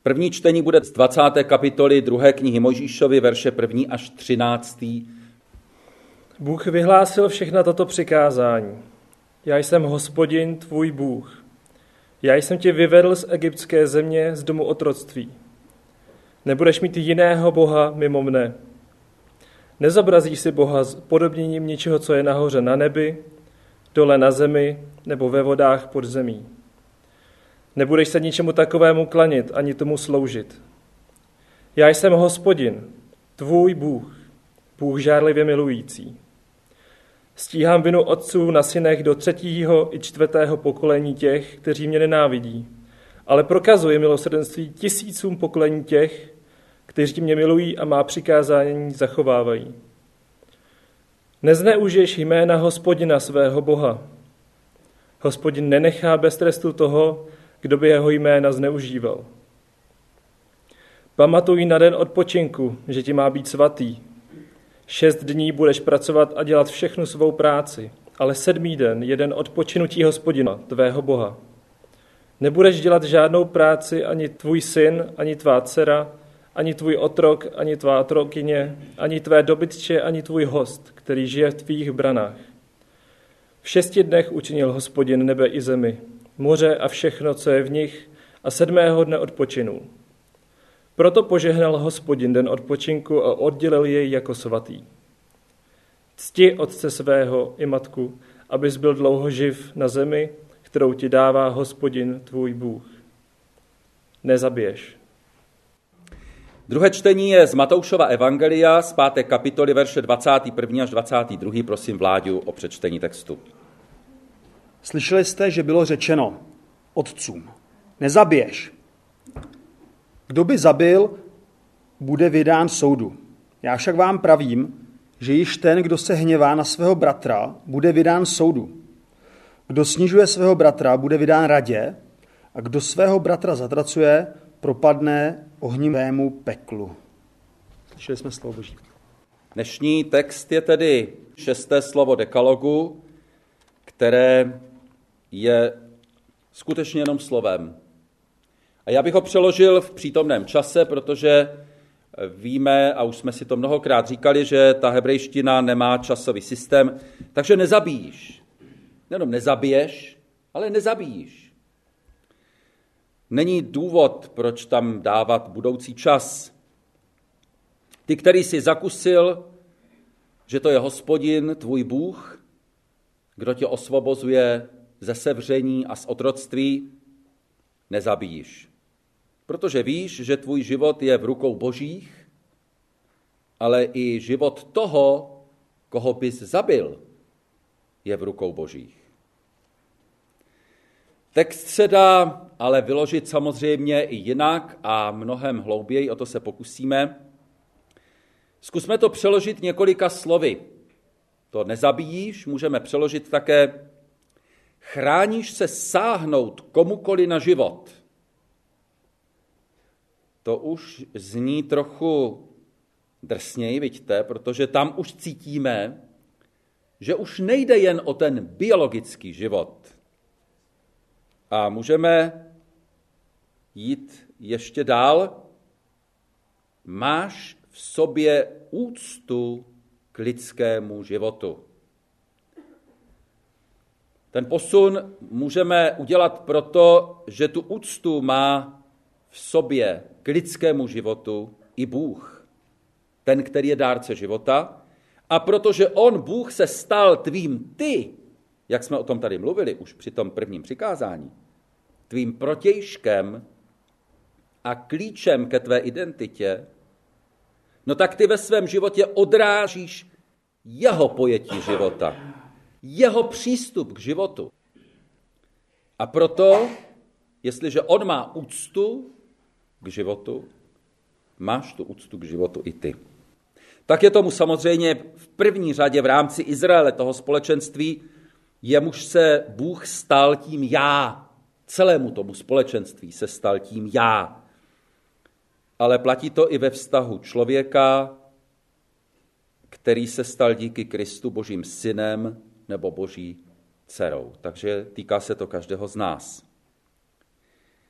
První čtení bude z 20. kapitoly 2. knihy Mojžíšovy, verše 1. až 13. Bůh vyhlásil všechna tato přikázání. Já jsem Hospodin, tvůj Bůh. Já jsem tě vyvedl z egyptské země, z domu otroctví. Nebudeš mít jiného boha mimo mne. Nezobrazíš si boha s podobněním něčeho, co je nahoře na nebi, dole na zemi nebo ve vodách pod zemí. Nebudeš se ničemu takovému klanit ani tomu sloužit. Já jsem Hospodin, tvůj Bůh, Bůh žárlivě milující. Stíhám vinu otců na synech do 3. i 4. pokolení těch, kteří mě nenávidí, ale prokazuji milosrdenství tisícům pokolení těch, kteří mě milují a má přikázání zachovávají. Nezneužiješ jména Hospodina svého Boha. Hospodin nenechá bez trestu toho, kdo by jeho jména zneužíval. Pamatuj na den odpočinku, že ti má být svatý. 6 dní budeš pracovat a dělat všechnu svou práci, ale 7. den je den odpočinutí Hospodina, tvého Boha. Nebudeš dělat žádnou práci ani tvůj syn, ani tvá dcera, ani tvůj otrok, ani tvá otrokyně, ani tvé dobytče, ani tvůj host, který žije v tvých branách. V 6 dnech učinil Hospodin nebe i zemi, moře a všechno, co je v nich, a 7. dne odpočinul. Proto požehnal Hospodin den odpočinku a oddělil jej jako svatý. Cti otce svého i matku, abys byl dlouho živ na zemi, kterou ti dává Hospodin tvůj Bůh. Nezabiješ. Druhé čtení je z Matoušova evangelia z 5. kapitoly, verše 21. až 22. Prosím Vláďu o přečtení textu. Slyšeli jste, že bylo řečeno otcům, nezabiješ. Kdo by zabil, bude vydán soudu. Já však vám pravím, že již ten, kdo se hněvá na svého bratra, bude vydán soudu. Kdo snižuje svého bratra, bude vydán radě, a kdo svého bratra zatracuje, propadne ohnivému peklu. Slyšeli jsme slovo Boží. Dnešní text je tedy 6. slovo dekalogu, které je skutečně jenom slovem. A já bych ho přeložil v přítomném čase, protože víme, a už jsme si to mnohokrát říkali, že ta hebrejština nemá časový systém, takže nezabíjíš. Nejenom nezabiješ, ale nezabíjíš. Není důvod, proč tam dávat budoucí čas. Ty, který jsi zakusil, že to je Hospodin, tvůj Bůh, kdo tě osvobozuje ze sevření a z otroctví, nezabíjíš. Protože víš, že tvůj život je v rukou Božích, ale i život toho, koho bys zabil, je v rukou Božích. Text se dá ale vyložit samozřejmě i jinak a mnohem hlouběji, o to se pokusíme. Zkusme to přeložit několika slovy. To nezabíjíš, můžeme přeložit také chráníš se sáhnout komukoli na život. To už zní trochu drsněji, vidíte, protože tam už cítíme, že už nejde jen o ten biologický život. A můžeme jít ještě dál. Máš v sobě úctu k lidskému životu. Ten posun můžeme udělat proto, že tu úctu má v sobě k lidskému životu i Bůh, ten, který je dárce života, a protože on, Bůh, se stal tvým ty, jak jsme o tom tady mluvili už při tom prvním přikázání, tvým protějškem a klíčem ke tvé identitě, no tak ty ve svém životě odrážíš jeho pojetí života, jeho přístup k životu. A proto, jestliže on má úctu k životu, máš tu úctu k životu i ty. Tak je tomu samozřejmě v první řadě v rámci Izraele, toho společenství, jemuž se Bůh stal tím já. Celému tomu společenství se stal tím já. Ale platí to i ve vztahu člověka, který se stal díky Kristu Božím synem nebo Boží dcerou. Takže týká se to každého z nás.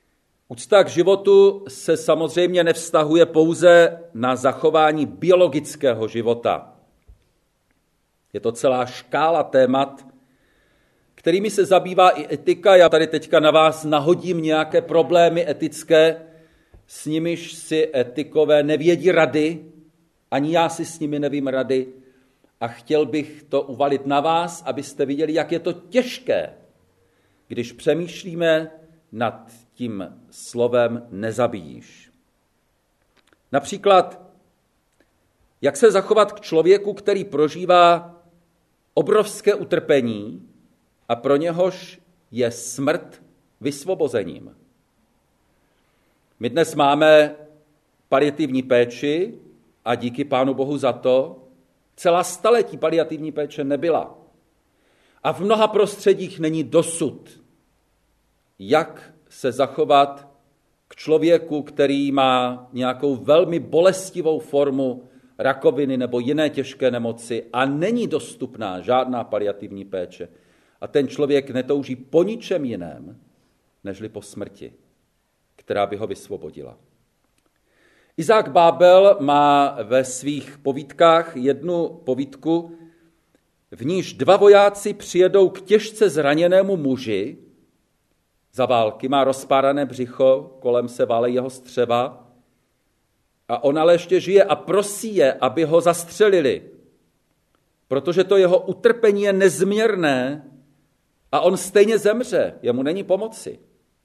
Úcta k životu se samozřejmě nevztahuje pouze na zachování biologického života. Je to celá škála témat, kterými se zabývá i etika. Já tady teďka na vás nahodím nějaké problémy etické, s nimiž si etikové nevědí rady, ani já si s nimi nevím rady a chtěl bych to uvalit na vás, abyste viděli, jak je to těžké, když přemýšlíme nad tím slovem nezabíjíš. Například, jak se zachovat k člověku, který prožívá obrovské utrpení a pro něhož je smrt vysvobozením. My dnes máme paliativní péči a díky Pánu Bohu za to. Celá staletí paliativní péče nebyla. A v mnoha prostředích není dosud, jak se zachovat k člověku, který má nějakou velmi bolestivou formu rakoviny nebo jiné těžké nemoci a není dostupná žádná paliativní péče. A ten člověk netouží po ničem jiném, nežli po smrti, která by ho vysvobodila. Izák Bábel má ve svých povídkách jednu povídku, v níž dva vojáci přijedou k těžce zraněnému muži za války, má rozpárané břicho, kolem se válejí jeho střeva a on ale ještě žije a prosí je, aby ho zastřelili, protože to jeho utrpení je nezměrné a on stejně zemře, jemu není pomoci.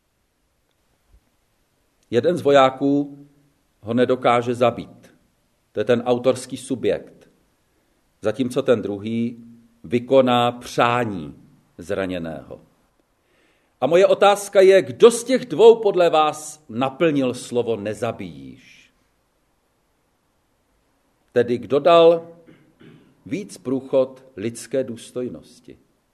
Jeden z vojáků ho nedokáže zabít. To je ten autorský subjekt. Zatímco ten druhý vykoná přání zraněného. A moje otázka je, kdo z těch dvou podle vás naplnil slovo nezabíjíš? Tedy kdo dal víc průchod lidské důstojnosti?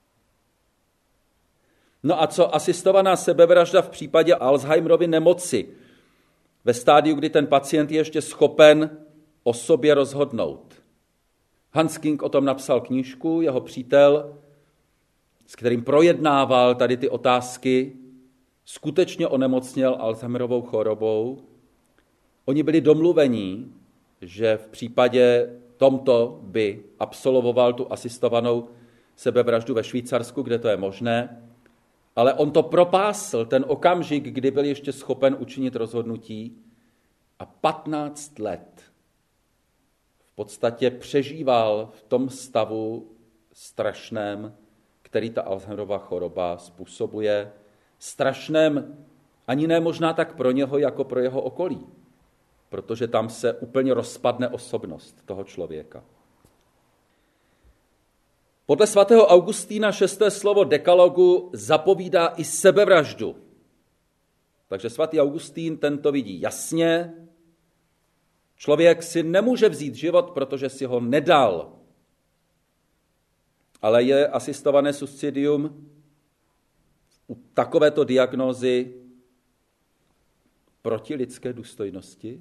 No a co asistovaná sebevražda v případě Alzheimerovy nemoci? Ve stádiu, kdy ten pacient je ještě schopen o sobě rozhodnout. Hans King o tom napsal knížku, jeho přítel, s kterým projednával tady ty otázky, skutečně onemocněl Alzheimerovou chorobou. Oni byli domluvení, že v případě tomto by absolvoval tu asistovanou sebevraždu ve Švýcarsku, kde to je možné, ale on to propásl, ten okamžik, kdy byl ještě schopen učinit rozhodnutí a 15 let v podstatě přežíval v tom stavu strašném, který ta Alzheimerova choroba způsobuje. Strašném ani ne možná tak pro něho, jako pro jeho okolí, protože tam se úplně rozpadne osobnost toho člověka. Podle svatého Augustína 6. slovo dekalogu zapovídá i sebevraždu. Takže svatý Augustín tento vidí jasně. Člověk si nemůže vzít život, protože si ho nedal. Ale je asistované suicidium u takovéto diagnózy proti lidské důstojnosti?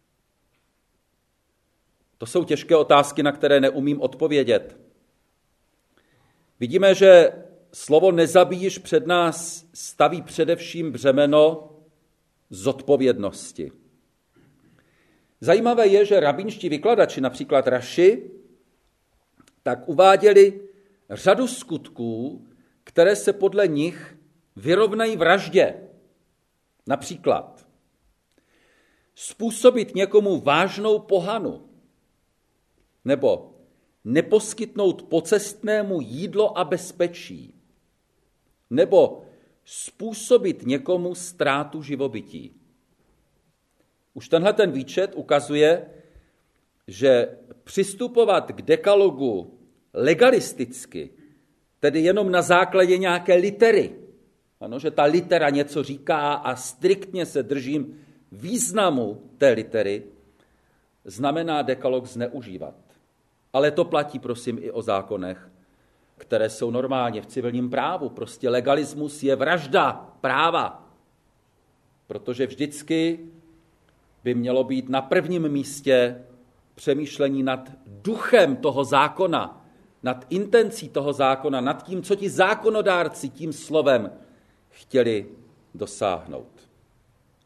To jsou těžké otázky, na které neumím odpovědět. Vidíme, že slovo nezabíjíš před nás staví především břemeno zodpovědnosti. Zajímavé je, že rabínští vykladači, například Raši, tak uváděli řadu skutků, které se podle nich vyrovnají vraždě. Například způsobit někomu vážnou pohanu nebo neposkytnout pocestnému jídlo a bezpečí, nebo způsobit někomu ztrátu živobytí. Už tenhle ten výčet ukazuje, že přistupovat k dekalogu legalisticky, tedy jenom na základě nějaké litery, ano, že ta litera něco říká a striktně se držím významu té litery, znamená dekalog zneužívat. Ale to platí, prosím, i o zákonech, které jsou normálně v civilním právu. Prostě legalismus je vražda práva, protože vždycky by mělo být na prvním místě přemýšlení nad duchem toho zákona, nad intencí toho zákona, nad tím, co ti zákonodárci tím slovem chtěli dosáhnout.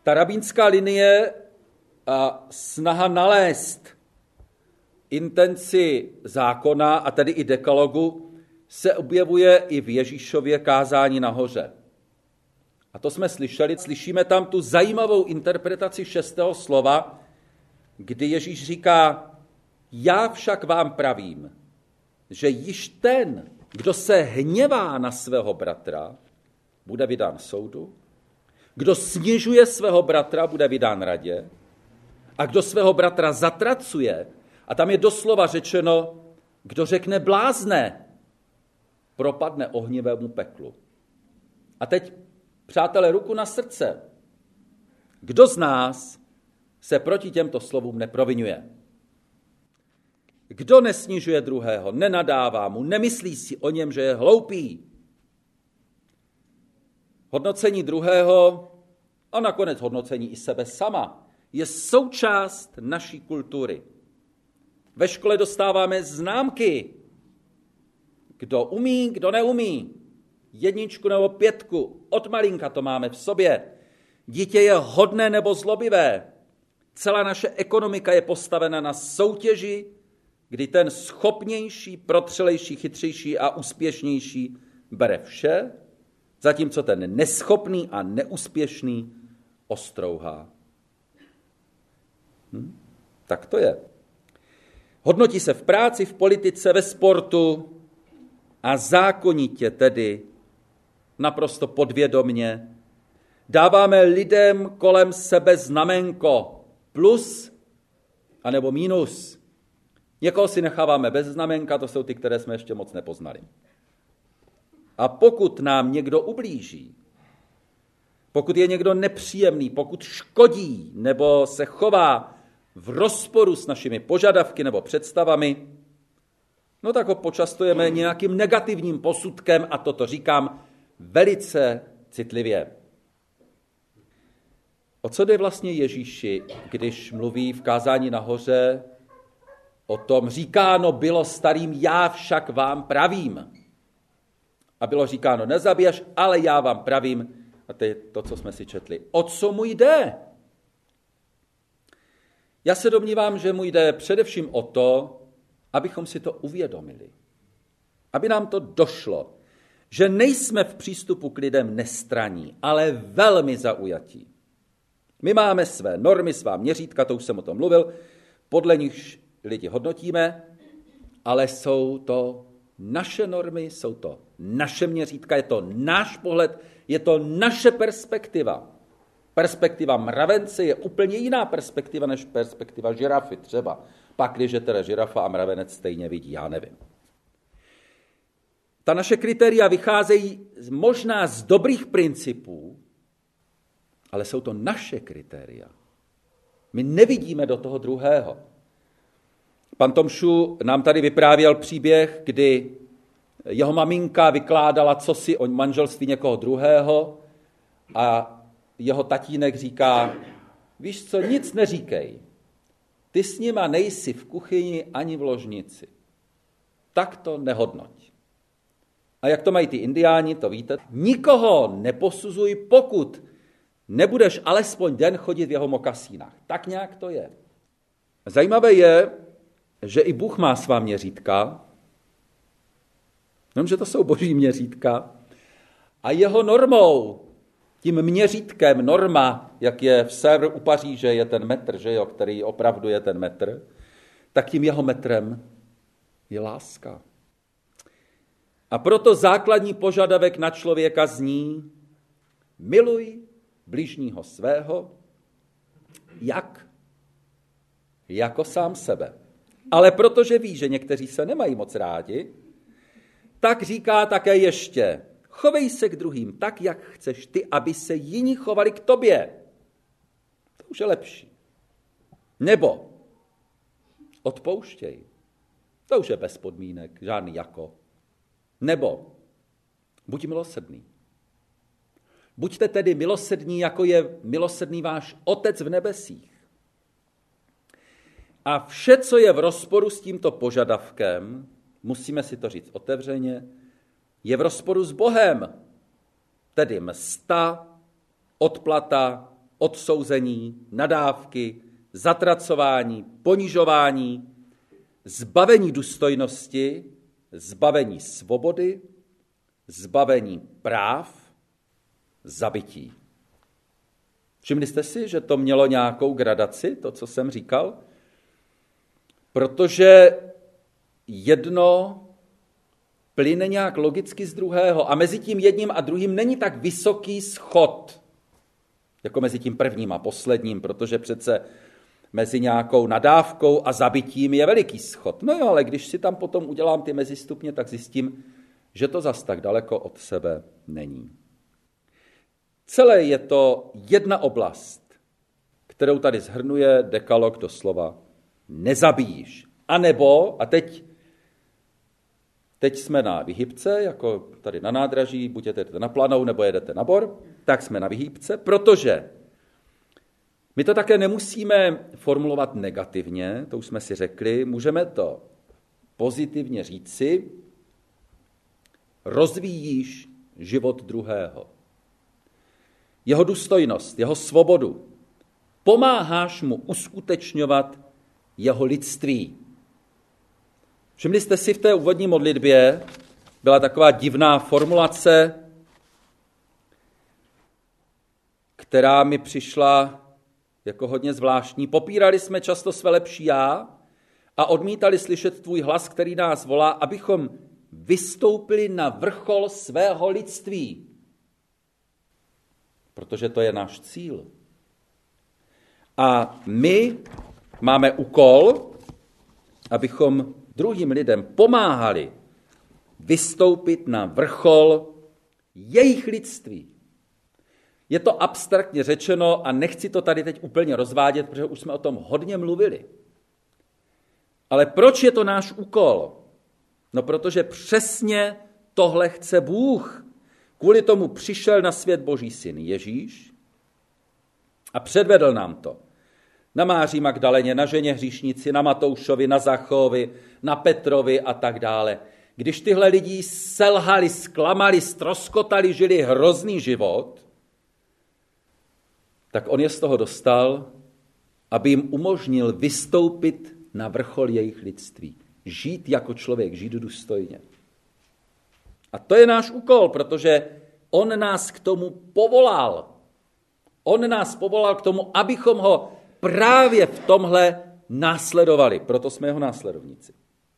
Ta rabínská linie a snaha nalézt intenci zákona, a tedy i dekalogu, se objevuje i v Ježíšově kázání nahoře. A to jsme slyšeli, slyšíme tam tu zajímavou interpretaci 6. slova, kdy Ježíš říká, já však vám pravím, že již ten, kdo se hněvá na svého bratra, bude vydán soudu, kdo snižuje svého bratra, bude vydán radě, a kdo svého bratra zatracuje, a tam je doslova řečeno, kdo řekne blázne, propadne ohnivému peklu. A teď, přátelé, ruku na srdce. Kdo z nás se proti těmto slovům neprovinuje? Kdo nesnižuje druhého, nenadává mu, nemyslí si o něm, že je hloupý? Hodnocení druhého a nakonec hodnocení i sebe sama je součást naší kultury. Ve škole dostáváme známky. Kdo umí, kdo neumí. 1 nebo 5. Od malinka to máme v sobě. Dítě je hodné nebo zlobivé. Celá naše ekonomika je postavena na soutěži, kdy ten schopnější, protřelejší, chytřejší a úspěšnější bere vše, zatímco ten neschopný a neúspěšný ostrouhá. Tak to je. Hodnotí se v práci, v politice, ve sportu a zákonitě tedy, naprosto podvědomně, dáváme lidem kolem sebe znamenko plus anebo mínus. Někoho si necháváme bez znamenka, to jsou ty, které jsme ještě moc nepoznali. A pokud nám někdo ublíží, pokud je někdo nepříjemný, pokud škodí nebo se chová v rozporu s našimi požadavky nebo představami, no tak ho počastujeme nějakým negativním posudkem a toto říkám velice citlivě. O co jde vlastně Ježíši, když mluví v kázání nahoře o tom, říkáno bylo starým, já však vám pravím. A bylo říkáno, nezabiješ, ale já vám pravím. A to je to, co jsme si četli. O co mu jde? Já se domnívám, že mu jde především o to, abychom si to uvědomili. Aby nám to došlo, že nejsme v přístupu k lidem nestranní, ale velmi zaujatí. My máme své normy, svá měřítka, to už jsem o tom mluvil, podle nichž lidi hodnotíme, ale jsou to naše normy, jsou to naše měřítka, je to náš pohled, je to naše perspektiva. Perspektiva mravence je úplně jiná perspektiva než perspektiva žirafy třeba. Pakliže teda žirafa a mravenec stejně vidí, já nevím. Ta naše kritéria vycházejí možná z dobrých principů, ale jsou to naše kritéria. My nevidíme do toho druhého. Pan Tomšu nám tady vyprávěl příběh, kdy jeho maminka vykládala cosi o manželství někoho druhého a jeho tatínek říká, víš co, nic neříkej. Ty s nima nejsi v kuchyni ani v ložnici. Tak to nehodnoť. A jak to mají ty indiáni, to víte. Nikoho neposuzuj, pokud nebudeš alespoň den chodit v jeho mokasínách. Tak nějak to je. Zajímavé je, že i Bůh má svá měřítka, jenomže to jsou boží měřítka. A jeho normou, tím měřítkem, norma, jak je v Sèvres u Paříže, je ten metr, že jo, který opravdu je ten metr, tak tím jeho metrem je láska. A proto základní požadavek na člověka zní, miluj bližního svého, jak? Jako sám sebe. Ale protože ví, že někteří se nemají moc rádi, tak říká také ještě, chovej se k druhým tak, jak chceš ty, aby se jiní chovali k tobě. To už je lepší. Nebo odpouštěj. To už je bez podmínek, žádný jako. Nebo buď milosrdný. Buďte tedy milosrdní, jako je milosrdný váš Otec v nebesích. A vše, co je v rozporu s tímto požadavkem, musíme si to říct otevřeně, je v rozporu s Bohem. Tedy msta, odplata, odsouzení, nadávky, zatracování, ponižování, zbavení důstojnosti, zbavení svobody, zbavení práv, zabití. Všimli jste si, že to mělo nějakou gradaci, to, co jsem říkal? Protože jedno plyne nějak logicky z druhého a mezi tím jedním a druhým není tak vysoký schod, jako mezi tím prvním a posledním, protože přece mezi nějakou nadávkou a zabitím je veliký schod. No jo, ale když si tam potom udělám ty mezistupně, tak zjistím, že to zas tak daleko od sebe není. Celé je to jedna oblast, kterou tady shrnuje dekalog doslova nezabíjíš. A nebo, a teď jsme na vyhýbce, jako tady na nádraží, buď jedete na Planou, nebo jedete na Bor, tak jsme na vyhýbce, protože my to také nemusíme formulovat negativně, to už jsme si řekli, můžeme to pozitivně říci, rozvíjíš život druhého, jeho důstojnost, jeho svobodu, pomáháš mu uskutečňovat jeho lidství. Všimli jste si v té úvodní modlitbě, byla taková divná formulace, která mi přišla jako hodně zvláštní. Popírali jsme často své lepší já a odmítali slyšet tvůj hlas, který nás volá, abychom vystoupili na vrchol svého lidství. Protože to je náš cíl. A my máme úkol, abychom druhým lidem pomáhali vystoupit na vrchol jejich lidství. Je to abstraktně řečeno a nechci to tady teď úplně rozvádět, protože už jsme o tom hodně mluvili. Ale proč je to náš úkol? No protože přesně tohle chce Bůh. Kvůli tomu přišel na svět Boží syn Ježíš a předvedl nám to. Na Máří Magdaleně, na ženě hříšnici, na Matoušovi, na Zachovi, na Petrovi a tak dále. Když tyhle lidi selhali, zklamali, ztroskotali, žili hrozný život, tak on je z toho dostal, aby jim umožnil vystoupit na vrchol jejich lidství. Žít jako člověk, žít důstojně. A to je náš úkol, protože on nás k tomu povolal. On nás povolal k tomu, abychom ho právě v tomhle následovali. Proto jsme jeho následovníci.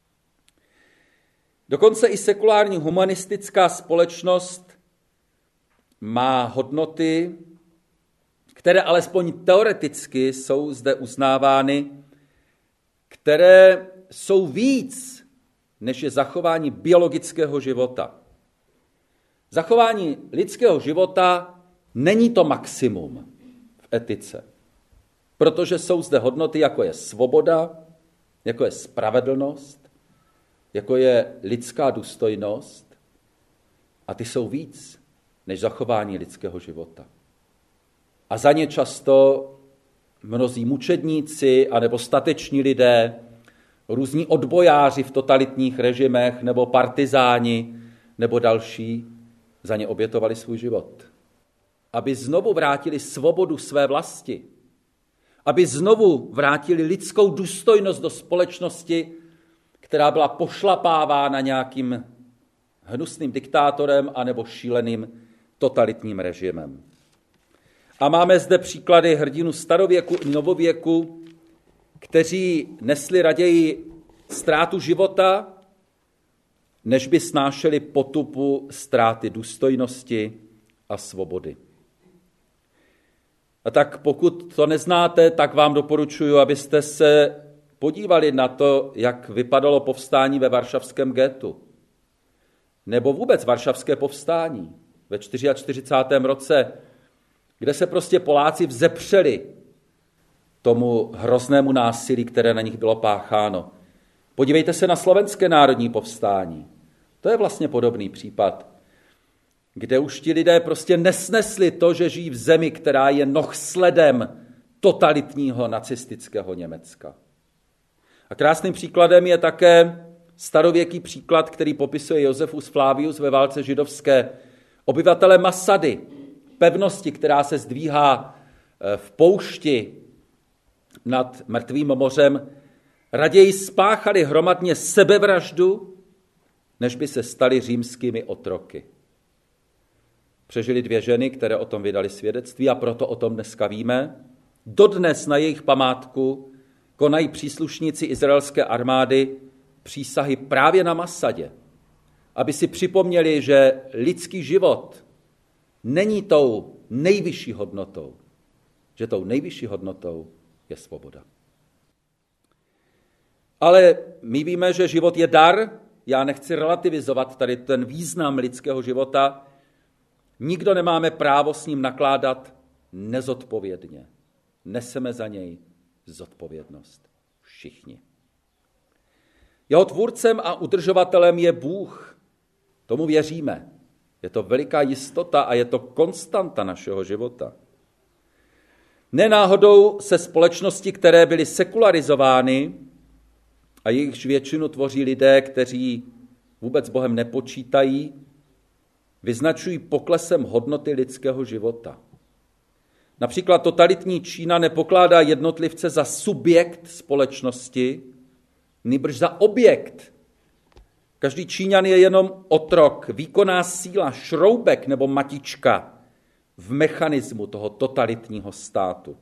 Dokonce i sekulární humanistická společnost má hodnoty, které alespoň teoreticky jsou zde uznávány, které jsou víc, než je zachování biologického života. Zachování lidského života není to maximum v etice, protože jsou zde hodnoty, jako je svoboda, jako je spravedlnost, jako je lidská důstojnost a ty jsou víc než zachování lidského života. A za ně často mnozí mučedníci anebo stateční lidé, různí odbojáři v totalitních režimech nebo partizáni nebo další za ně obětovali svůj život. Aby znovu vrátili svobodu své vlasti, aby znovu vrátili lidskou důstojnost do společnosti, která byla pošlapávána nějakým hnusným diktátorem anebo šíleným totalitním režimem. A máme zde příklady hrdinů starověku i novověku, kteří nesli raději ztrátu života, než by snášeli potupu ztráty důstojnosti a svobody. A tak pokud to neznáte, tak vám doporučuji, abyste se podívali na to, jak vypadalo povstání ve varšavském ghettu. Nebo vůbec varšavské povstání ve 44. roce, kde se prostě Poláci vzepřeli tomu hroznému násilí, které na nich bylo pácháno. Podívejte se na slovenské národní povstání. To je vlastně podobný případ, kde už ti lidé prostě nesnesli to, že žijí v zemi, která je nohsledem totalitního nacistického Německa. A krásným příkladem je také starověký příklad, který popisuje Josefus Flavius ve válce židovské. Obyvatele Masady, pevnosti, která se zdvíhá v poušti nad mrtvým mořem, raději spáchali hromadně sebevraždu, než by se stali římskými otroky. Přežili 2 ženy, které o tom vydali svědectví a proto o tom dneska víme. Dodnes na jejich památku konají příslušníci izraelské armády přísahy právě na Masadě, aby si připomněli, že lidský život není tou nejvyšší hodnotou, že tou nejvyšší hodnotou je svoboda. Ale my víme, že život je dar, já nechci relativizovat tady ten význam lidského života, nikdo nemáme právo s ním nakládat nezodpovědně. Neseme za něj zodpovědnost. Všichni. Jeho tvůrcem a udržovatelem je Bůh. Tomu věříme. Je to veliká jistota a je to konstanta našeho života. Nenáhodou se společnosti, které byly sekularizovány a jejichž většinu tvoří lidé, kteří vůbec s Bohem nepočítají, vyznačují poklesem hodnoty lidského života. Například totalitní Čína nepokládá jednotlivce za subjekt společnosti, nýbrž za objekt. Každý Číňan je jenom otrok, výkonná síla, šroubek nebo matička v mechanismu toho totalitního státu.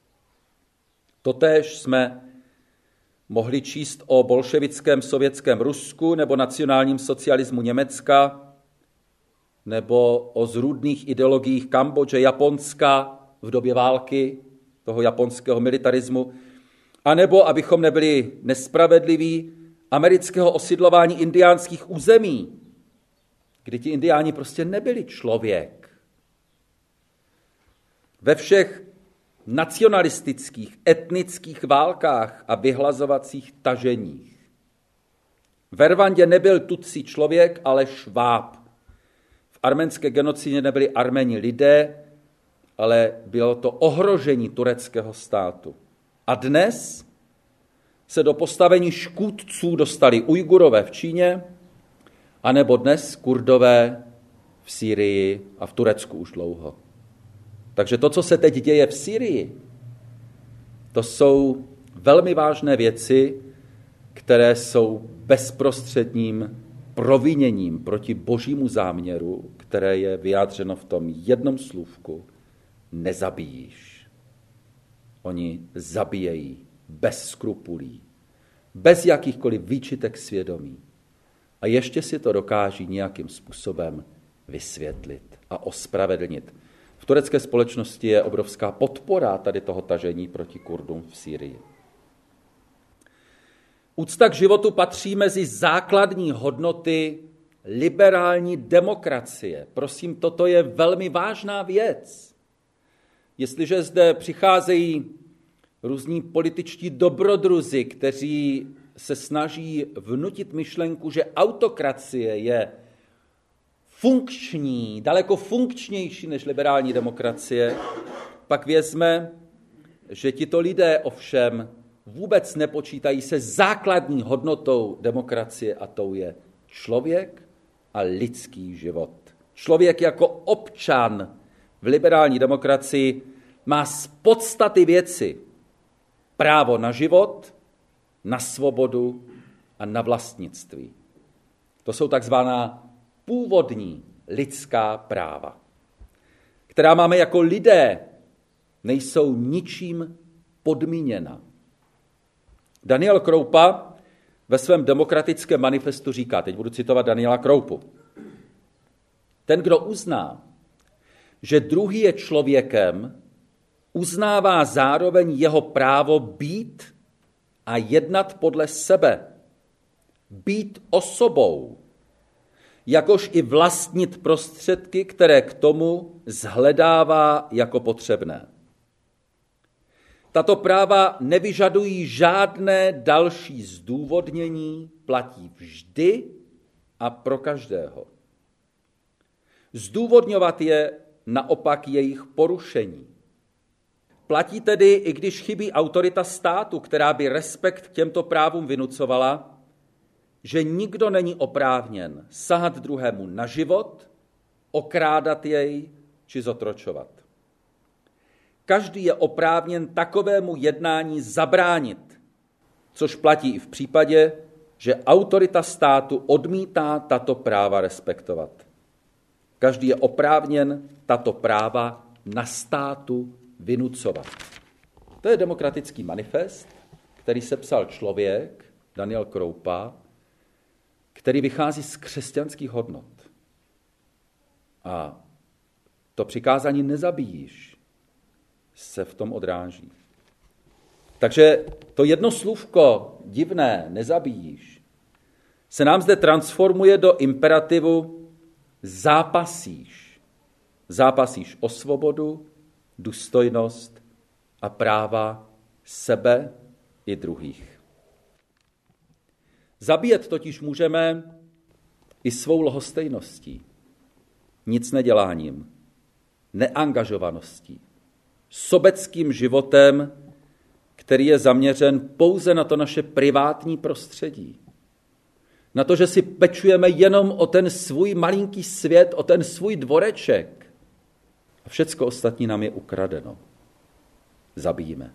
Totéž jsme mohli číst o bolševickém sovětském Rusku nebo nacionálním socialismu Německa, nebo o zrůdných ideologiích Kambodže, Japonska v době války, toho japonského militarismu, anebo, abychom nebyli nespravedliví, amerického osidlování indiánských území, kdy ti indiáni prostě nebyli člověk. Ve všech nacionalistických, etnických válkách a vyhlazovacích taženích. V Rwandě nebyl Tutsi člověk, ale šváb. V arménské genocidě nebyli Arméni lidé, ale bylo to ohrožení tureckého státu. A dnes se do postavení škůdců dostali Ujgurové v Číně, anebo dnes Kurdové v Sýrii a v Turecku už dlouho. Takže to, co se teď děje v Sýrii, to jsou velmi vážné věci, které jsou bezprostředním proviněním proti božímu záměru, které je vyjádřeno v tom jednom slůvku: nezabíjíš. Oni zabíjejí bez skrupulí, bez jakýchkoliv výčitek svědomí. A ještě si to dokáží nějakým způsobem vysvětlit a ospravedlnit. V turecké společnosti je obrovská podpora tady toho tažení proti Kurdům v Sýrii. Úcta k životu patří mezi základní hodnoty liberální demokracie. Prosím, toto je velmi vážná věc. Jestliže zde přicházejí různí političtí dobrodruzi, kteří se snaží vnutit myšlenku, že autokracie je funkční, daleko funkčnější než liberální demokracie, pak vězme, že tito lidé ovšem vůbec nepočítají se základní hodnotou demokracie, a tou je člověk a lidský život. Člověk jako občan v liberální demokracii má z podstaty věci právo na život, na svobodu a na vlastnictví. To jsou takzvaná původní lidská práva, která máme jako lidé, nejsou ničím podmíněna. Daniel Kroupa ve svém demokratickém manifestu říká, teď budu citovat Daniela Kroupu: ten, kdo uzná, že druhý je člověkem, uznává zároveň jeho právo být a jednat podle sebe, být osobou, jakož i vlastnit prostředky, které k tomu shledává jako potřebné. Tato práva nevyžadují žádné další zdůvodnění, platí vždy a pro každého. Zdůvodňovat je naopak jejich porušení. Platí tedy, i když chybí autorita státu, která by respekt k těmto právům vynucovala, že nikdo není oprávněn sahat druhému na život, okrádat jej či zotročovat. každý je oprávněn takovému jednání zabránit, což platí i v případě, že autorita státu odmítá tato práva respektovat. Každý je oprávněn tato práva na státu vynucovat. To je demokratický manifest, který sepsal člověk, Daniel Kroupa, který vychází z křesťanských hodnot. A to přikázání nezabíjíš se v tom odráží. Takže to jedno slůvko divné, nezabíjíš, se nám zde transformuje do imperativu zápasíš. Zápasíš o svobodu, důstojnost a práva sebe i druhých. Zabíjet totiž můžeme i svou lhostejností, nic neděláním, neangažovaností, sobeckým životem, který je zaměřen pouze na to naše privátní prostředí. Na to, že si pečujeme jenom o ten svůj malinký svět, o ten svůj dvoreček. A všecko ostatní nám je ukradeno. Zabijíme.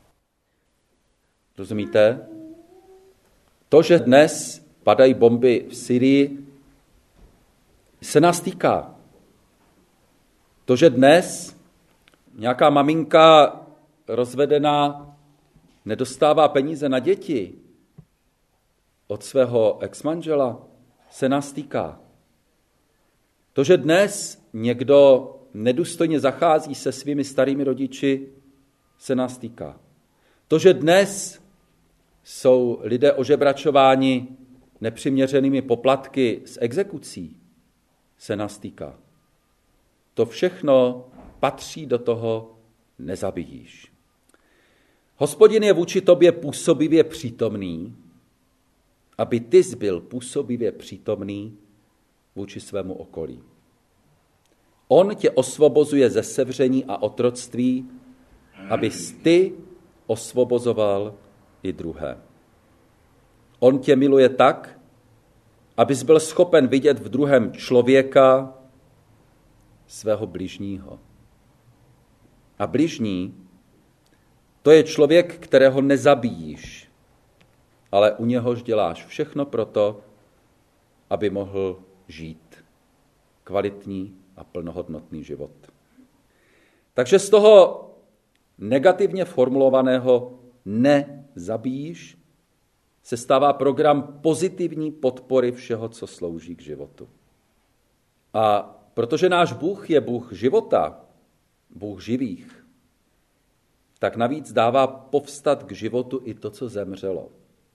Rozumíte? To, že dnes padají bomby v Syrii, se nás týká. To, že dnes nějaká maminka rozvedená nedostává peníze na děti od svého exmanžela, se nás týká. To, že dnes někdo nedůstojně zachází se svými starými rodiči, se nás týká. To, že dnes jsou lidé ožebračováni nepřiměřenými poplatky z exekucí, se nás týká. To všechno patří do toho nezabíjíš. Hospodin je vůči tobě působivě přítomný, aby ty byl působivě přítomný vůči svému okolí. On tě osvobozuje ze sevření a otroctví, abys ty osvobozoval i druhé. On tě miluje tak, abys byl schopen vidět v druhém člověka svého bližního. A bližní, to je člověk, kterého nezabíjíš, ale u něhož děláš všechno proto, aby mohl žít kvalitní a plnohodnotný život. Takže z toho negativně formulovaného nezabíjíš se stává program pozitivní podpory všeho, co slouží k životu. A protože náš Bůh je Bůh života, Bůh živých, tak navíc dává povstat k životu i to, co zemřelo.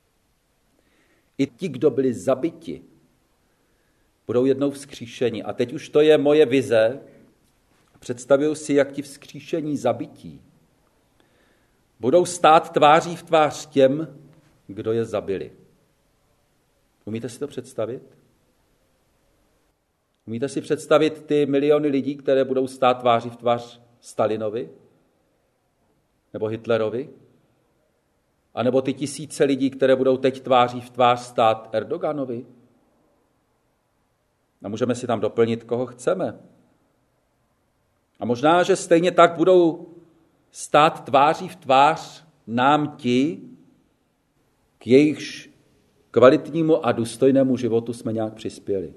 I ti, kdo byli zabiti, budou jednou vzkříšeni. A teď už to je moje vize. Představuju si, jak ti vzkříšení zabití budou stát tváří v tvář těm, kdo je zabili. Umíte si to představit? Umíte si představit ty miliony lidí, které budou stát tváří v tvář Stalinovi? Nebo Hitlerovi? A nebo ty tisíce lidí, které budou teď tváří v tvář stát Erdoganovi? A můžeme si tam doplnit, koho chceme. A možná, že stejně tak budou stát tváří v tvář nám ti, k jejichž kvalitnímu a důstojnému životu jsme nějak přispěli.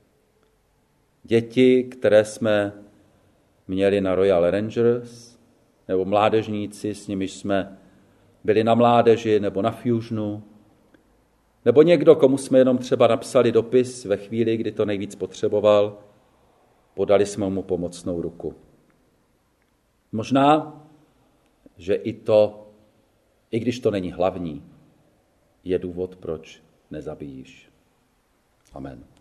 Děti, které jsme měli na Royal Rangers, nebo mládežníci, s nimiž jsme byli na mládeži nebo na Fusionu, nebo někdo, komu jsme jenom třeba napsali dopis ve chvíli, kdy to nejvíc potřeboval, podali jsme mu pomocnou ruku. Možná, že i to, i když to není hlavní, je důvod, proč nezabíjíš. Amen.